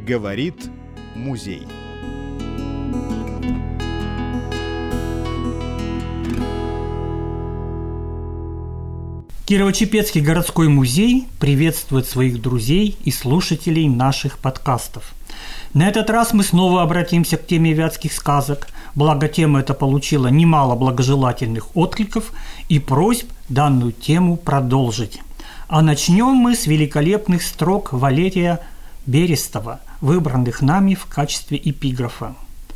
Говорит музей. Кирово-Чепецкий городской музей приветствует своих друзей и слушателей наших подкастов. На этот раз мы снова обратимся к теме вятских сказок, благо тема эта получила немало благожелательных откликов и просьб данную тему продолжить. А начнем мы с великолепных строк Валерия Берестова, выбранных нами в качестве эпиграфа.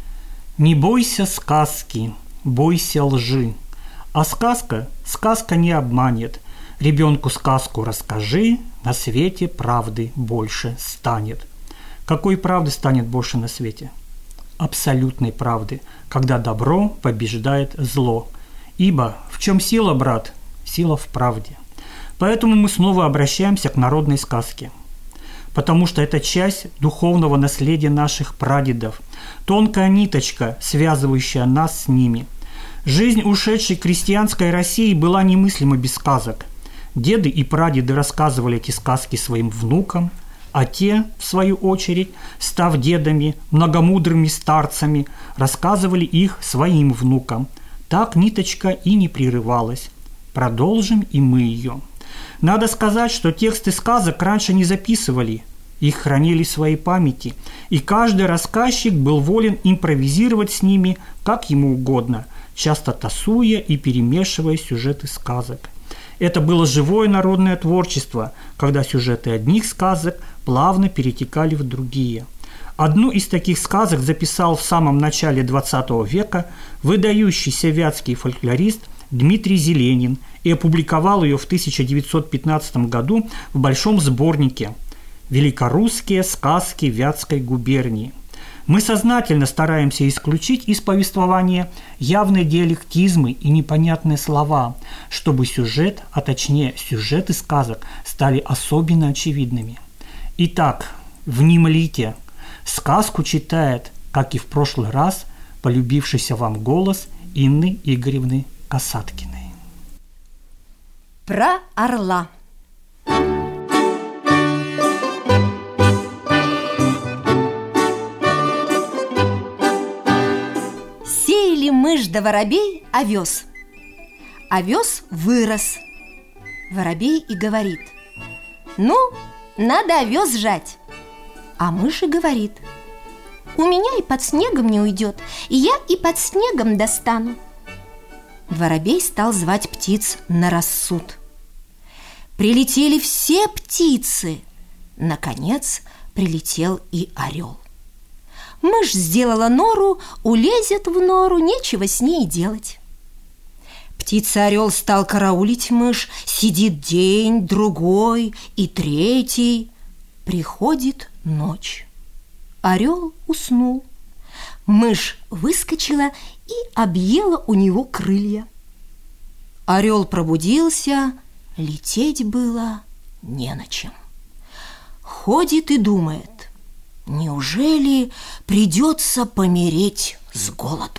«Не бойся сказки, бойся лжи, а сказка не обманет. Ребенку сказку расскажи, на свете правды больше станет». Какой правды станет больше на свете? Абсолютной правды, когда добро побеждает зло. Ибо в чем сила, брат? Сила в правде. Поэтому мы снова обращаемся к народной сказке. Потому что это часть духовного наследия наших прадедов, тонкая ниточка, связывающая нас с ними. Жизнь ушедшей крестьянской России была немыслима без сказок. Деды и прадеды рассказывали эти сказки своим внукам, а те, в свою очередь, став дедами, многомудрыми старцами, рассказывали их своим внукам. Так ниточка и не прерывалась. Продолжим и мы ее. Надо сказать, что тексты сказок раньше не записывали, их хранили в своей памяти, и каждый рассказчик был волен импровизировать с ними как ему угодно, часто тасуя и перемешивая сюжеты сказок. Это было живое народное творчество, когда сюжеты одних сказок плавно перетекали в другие. Одну из таких сказок записал в самом начале XX века выдающийся вятский фольклорист Дмитрий Зеленин и опубликовал ее в 1915 году в большом сборнике «Великорусские сказки Вятской губернии». Мы сознательно стараемся исключить из повествования явные диалектизмы и непонятные слова, чтобы сюжет, а точнее сюжеты сказок, стали особенно очевидными. Итак, внемлите. Сказку читает, как и в прошлый раз, полюбившийся вам голос Инны Игоревны Касаткиной. Про орла. Сеяли мышь да воробей овес. Овес вырос. Воробей и говорит: «Ну, надо овес жать». А мышь и говорит: «У меня и под снегом не уйдет, и я и под снегом достану». Воробей стал звать птиц на рассуд. Прилетели все птицы. Наконец прилетел и орел. Мышь сделала нору, улезет в нору, нечего с ней делать. Птица-орел стал караулить мышь, сидит день, другой и третий. Приходит ночь. Орел уснул. Мышь выскочила и объела у него крылья. Орел пробудился, лететь было не на чем. Ходит и думает: неужели придется помереть с голоду?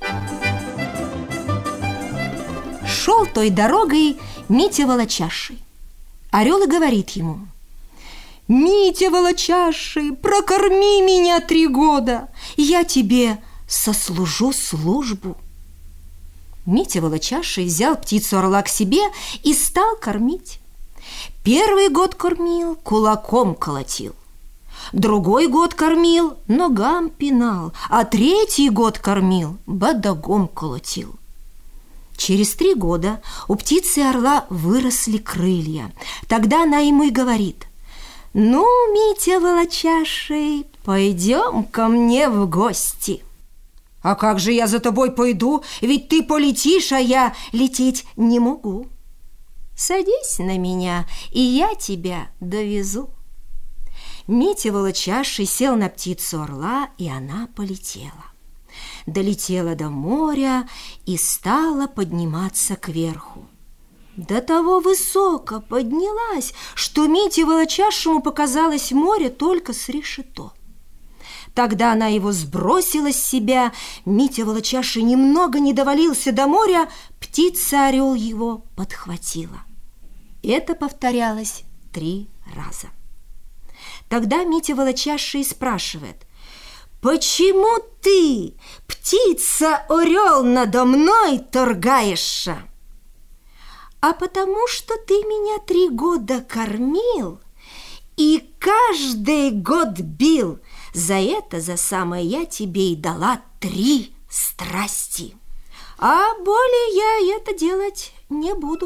Шел той дорогой Митя Волочаший. Орел и говорит ему: «Митя Волочаший, прокорми меня 3 года, я тебе сослужу службу». Митя Волочаший взял птицу-орла к себе и стал кормить. 1 год кормил, кулаком колотил. 2 год кормил, ногам пинал, а 3 год кормил, бодогом колотил. Через 3 года у птицы-орла выросли крылья. Тогда она ему и говорит: «Ну, Митя Волочаший, пойдем ко мне в гости». «А как же я за тобой пойду? Ведь ты полетишь, а я лететь не могу». «Садись на меня, и я тебя довезу». Митя Волочаший сел на птицу-орла, и она полетела. Долетела до моря и стала подниматься кверху. До того высоко поднялась, что Мите Волочашему показалось море только с решето. Тогда она его сбросила с себя, Митя Волочаший немного не довалился до моря, птица-орел его подхватила. Это повторялось 3 раза. Тогда Митя Волочащий спрашивает: «Почему ты, птица-орел, надо мной торгаешься?» «А потому что ты меня 3 года кормил и каждый год бил. За это, за самое я тебе и дала 3 страсти. А более я это делать не буду».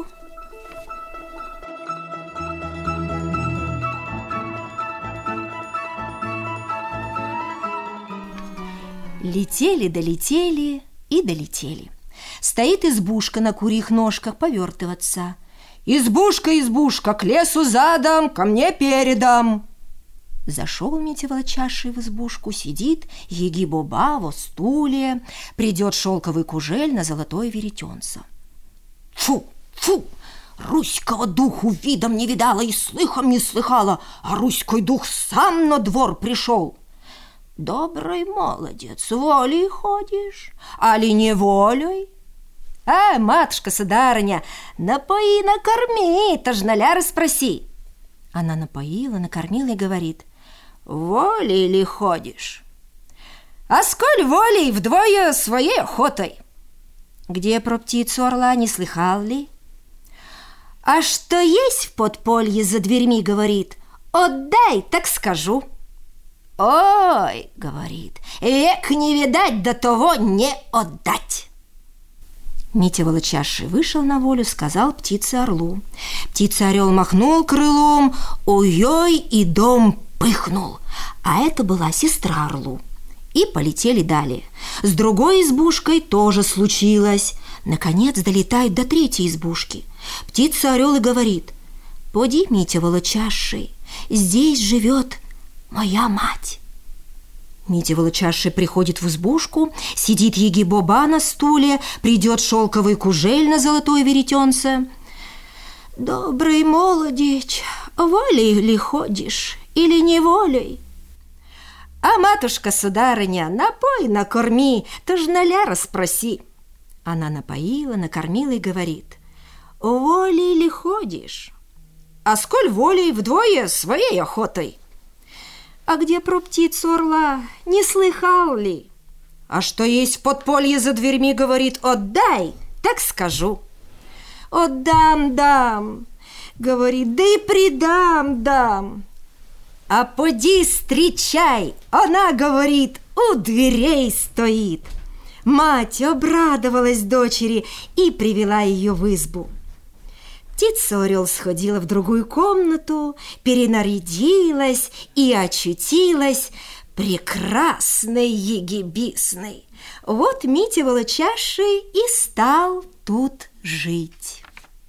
Летели, долетели и долетели. Стоит избушка на курьих ножках повертываться. «Избушка, избушка, к лесу задом, ко мне передом!» Зашел Митя Волочащий в избушку, сидит Еги-Боба во стуле, придет шелковый кужель на золотое веретенце. «Фу, фу! Руського духу видом не видала и слыхом не слыхала, а руський дух сам на двор пришел. Добрый молодец, волей ходишь, али не волей? Матушка-сударыня, напои, накорми, тожналя расспроси». Она напоила, накормила и говорит: «Волей ли ходишь? А сколь волей вдвое своей охотой? Где про птицу орла не слыхал ли? А что есть в подполье за дверьми, говорит, отдай, так скажу». «Ой, — говорит, — век не видать, до того не отдать». Митя Волочащий вышел на волю, сказал птице-орлу. Птица-орел махнул крылом, ой-ой, и дом пыхнул. А это была сестра орлу. И полетели далее. С другой избушкой тоже случилось. Наконец долетают до 3-й избушки. Птица-орел и говорит: «Поди, Митя Волочащий, здесь живет моя мать». Митя Волочащий приходит в избушку, сидит Еги-Боба на стуле, придет шелковый кужель на золотое веретенце. «Добрый молодец, волей ли ходишь или не волей? А матушка-сударыня, напой, накорми, тожналя расспроси». Она напоила, накормила и говорит: «Волей ли ходишь? А сколь волей вдвое своей охотой? А где про птицу орла не слыхал ли? А что есть в подполье за дверьми, говорит, отдай, так скажу». «Отдам, дам, — говорит, — да и придам, дам». «А поди встречай, она, говорит, у дверей стоит». Мать обрадовалась дочери и привела ее в избу. Птица-орел сходила в другую комнату, перенарядилась и очутилась прекрасной егибисной. Вот Митя Волочащий и стал тут жить.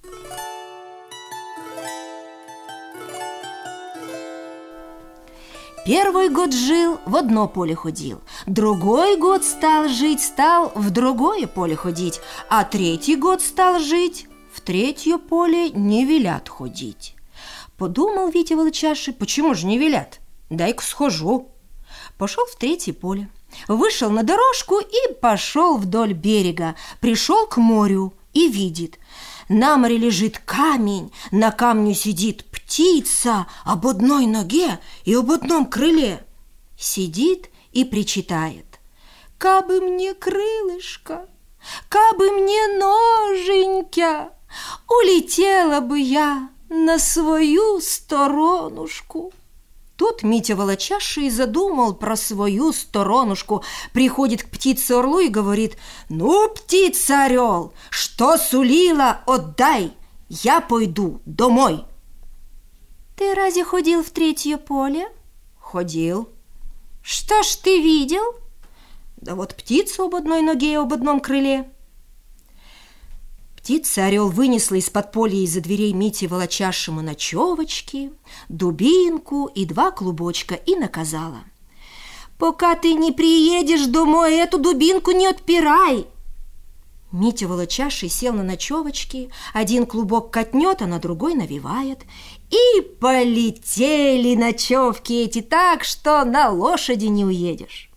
Первый год жил, в одно поле ходил. Другой год стал в другое поле ходить. А 3-й год стал жить, в 3-е поле не велят ходить. Подумал Витя Волочащий: почему же не велят? Дай-ка схожу. Пошел в 3-е поле, вышел на дорожку и пошел вдоль берега. Пришел к морю и видит: на море лежит камень, на камне сидит птица об одной ноге и об одном крыле. Сидит и причитает: «Кабы мне крылышко, кабы мне ноженька, улетела бы я на свою сторонушку». Тут Митя Волочащий задумал про свою сторонушку. Приходит к птице-орлу и говорит: «Ну, птица-орел, что сулила, отдай, я пойду домой». «Ты разве ходил в 3-е поле?» «Ходил». «Что ж ты видел?» «Да вот птицу об одной ноге и об одном крыле». Птица-орел вынесла из подполья из-за дверей Мити Волочащему ночевочки, дубинку и 2 клубочка и наказала: «Пока ты не приедешь домой, эту дубинку не отпирай». Митя Волочащий сел на ночевочки, 1 клубок катнет, а на другой навивает. И полетели ночевки эти так, что на лошади не уедешь.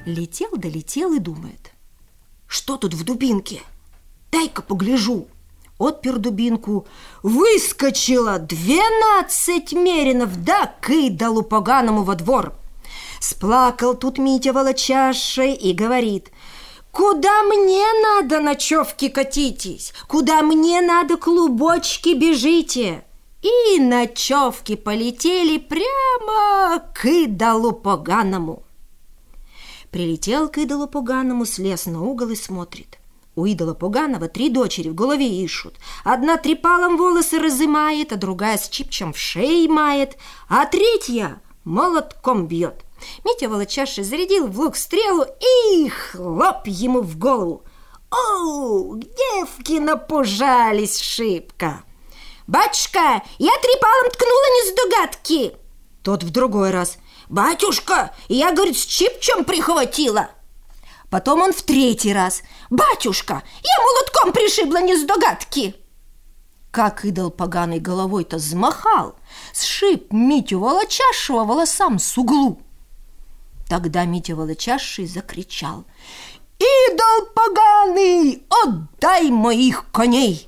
Летел да летел и думает: что тут в дубинке? Дай-ка погляжу. Отпер дубинку, выскочило 12 меринов, да к идолу поганому во двор. Сплакал тут Митя волочашей и говорит: куда мне надо, ночевки катитесь, куда мне надо, клубочки бежите. И ночевки полетели прямо к идолу поганому. Прилетел к идолу поганому, слез на угол и смотрит. У идола поганого 3 дочери в голове ишут. Одна трепалом волосы разымает, а другая с чипчем в шее мает, а третья молотком бьет. Митя волочаший зарядил в лук стрелу и хлоп ему в голову. О, девки напужались шибко. «Батюшка, я трепалом ткнула не с догадки!» Тот в другой раз: «Батюшка, я, говорит, с чипчем прихватила!» Потом он в 3-й раз: «Батюшка, я молотком пришибла не с догадки!» Как идол поганой головой-то взмахал, сшиб Митю волочашего волосам с углу. Тогда Митя волочаший закричал: «Идол поганый, отдай моих коней!»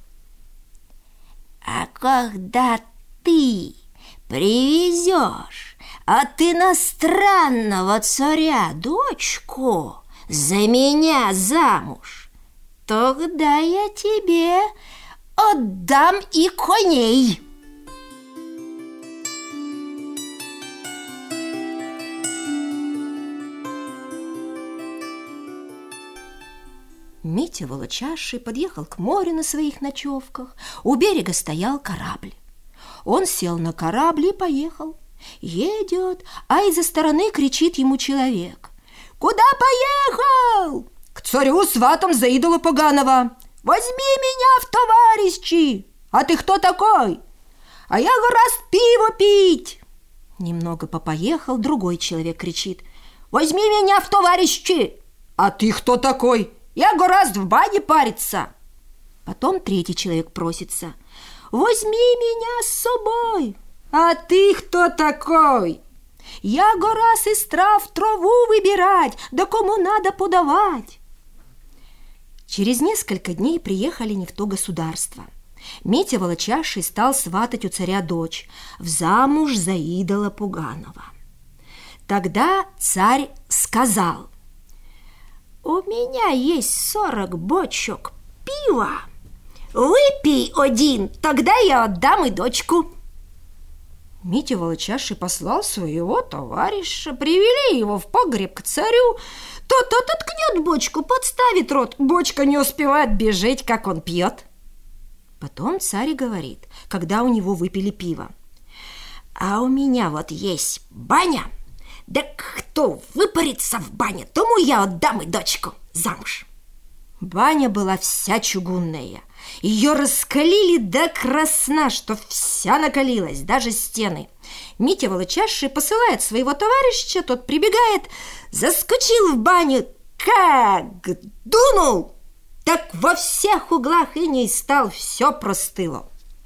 «А когда ты привезешь от иностранного царя дочку за меня замуж, тогда я тебе отдам и коней!» Митя волочаший подъехал к морю на своих ночевках. У берега стоял корабль. Он сел на корабль и поехал. Едет, а из-за стороны кричит ему человек: «Куда поехал?» «К царю сватом за идола поганого». «Возьми меня в товарищи!» «А ты кто такой?» «А я гораздо пиво пить». Немного попоехал, другой человек кричит: «Возьми меня в товарищи!» «А ты кто такой?» «Я гораздо в бане париться». Потом 3-й человек просится: «Возьми меня с собой». «А ты кто такой?» «Я гораздо из трав траву выбирать, да кому надо подавать». Через несколько дней приехали не в то государство. Митя волочаший стал сватать у царя дочь взамуж за идола поганого. Тогда царь сказал: «У меня есть 40 бочок пива. Выпей 1, тогда я отдам и дочку». Митя волочаший послал своего товарища, привели его в погреб к царю. Тот откнет бочку, подставит рот, бочка не успевает бежать, как он пьет. Потом царь говорит, когда у него выпили пиво: «А у меня вот есть баня. Да кто выпарится в бане, тому я отдам и дочку замуж». Баня была вся чугунная. Ее раскалили до красна, что вся накалилась, даже стены. Митя волочаший посылает своего товарища, тот прибегает, заскочил в баню, как дунул, так во всех углах иней стал, все простыло.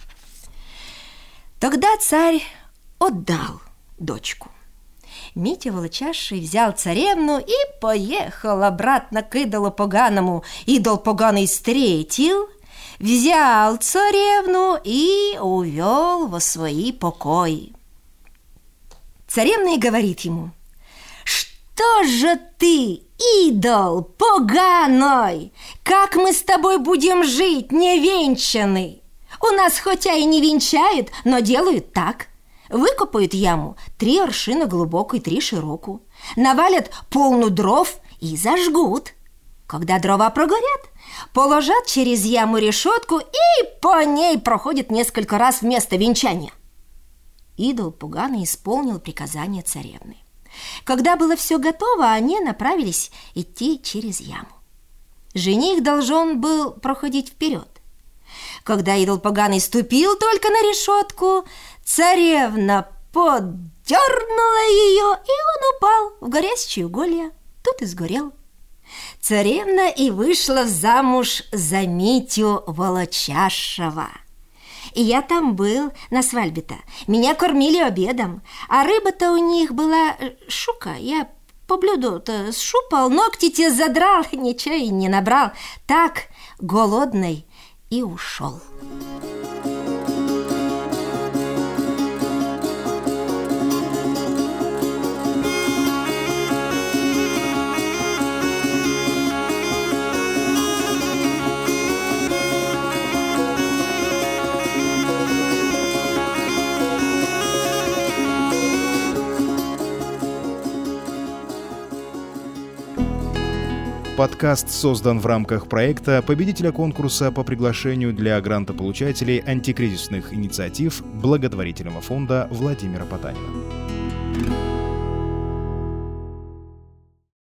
Тогда царь отдал дочку. Митя волочаший взял царевну и поехал обратно к идолу поганому. Идол поганый встретил, взял царевну и увел во свои покои. Царевна и говорит ему: «Что же ты, идол поганый, как мы с тобой будем жить, невенчанный? У нас хотя и не венчают, но делают так. Выкопают яму 3 аршина глубокую, 3 широкую, навалят полну дров и зажгут. Когда дрова прогорят, положат через яму решетку и по ней проходят несколько раз вместо венчания». Идол поганый исполнил приказание царевны. Когда было все готово, они направились идти через яму. Жених должен был проходить вперед. Когда идол поганый ступил только на решетку, царевна поддернула ее, и он упал в горящие уголья. Тут и сгорел. Царевна и вышла замуж за Митю волочашего. И я там был на свадьбе-то. Меня кормили обедом, а рыба-то у них была шука. Я по блюду-то сшупал, ногти те задрал, ничего и не набрал. Так, голодный, и ушел. Подкаст создан в рамках проекта победителя конкурса по приглашению для грантополучателей антикризисных инициатив благотворительного фонда Владимира Потанина.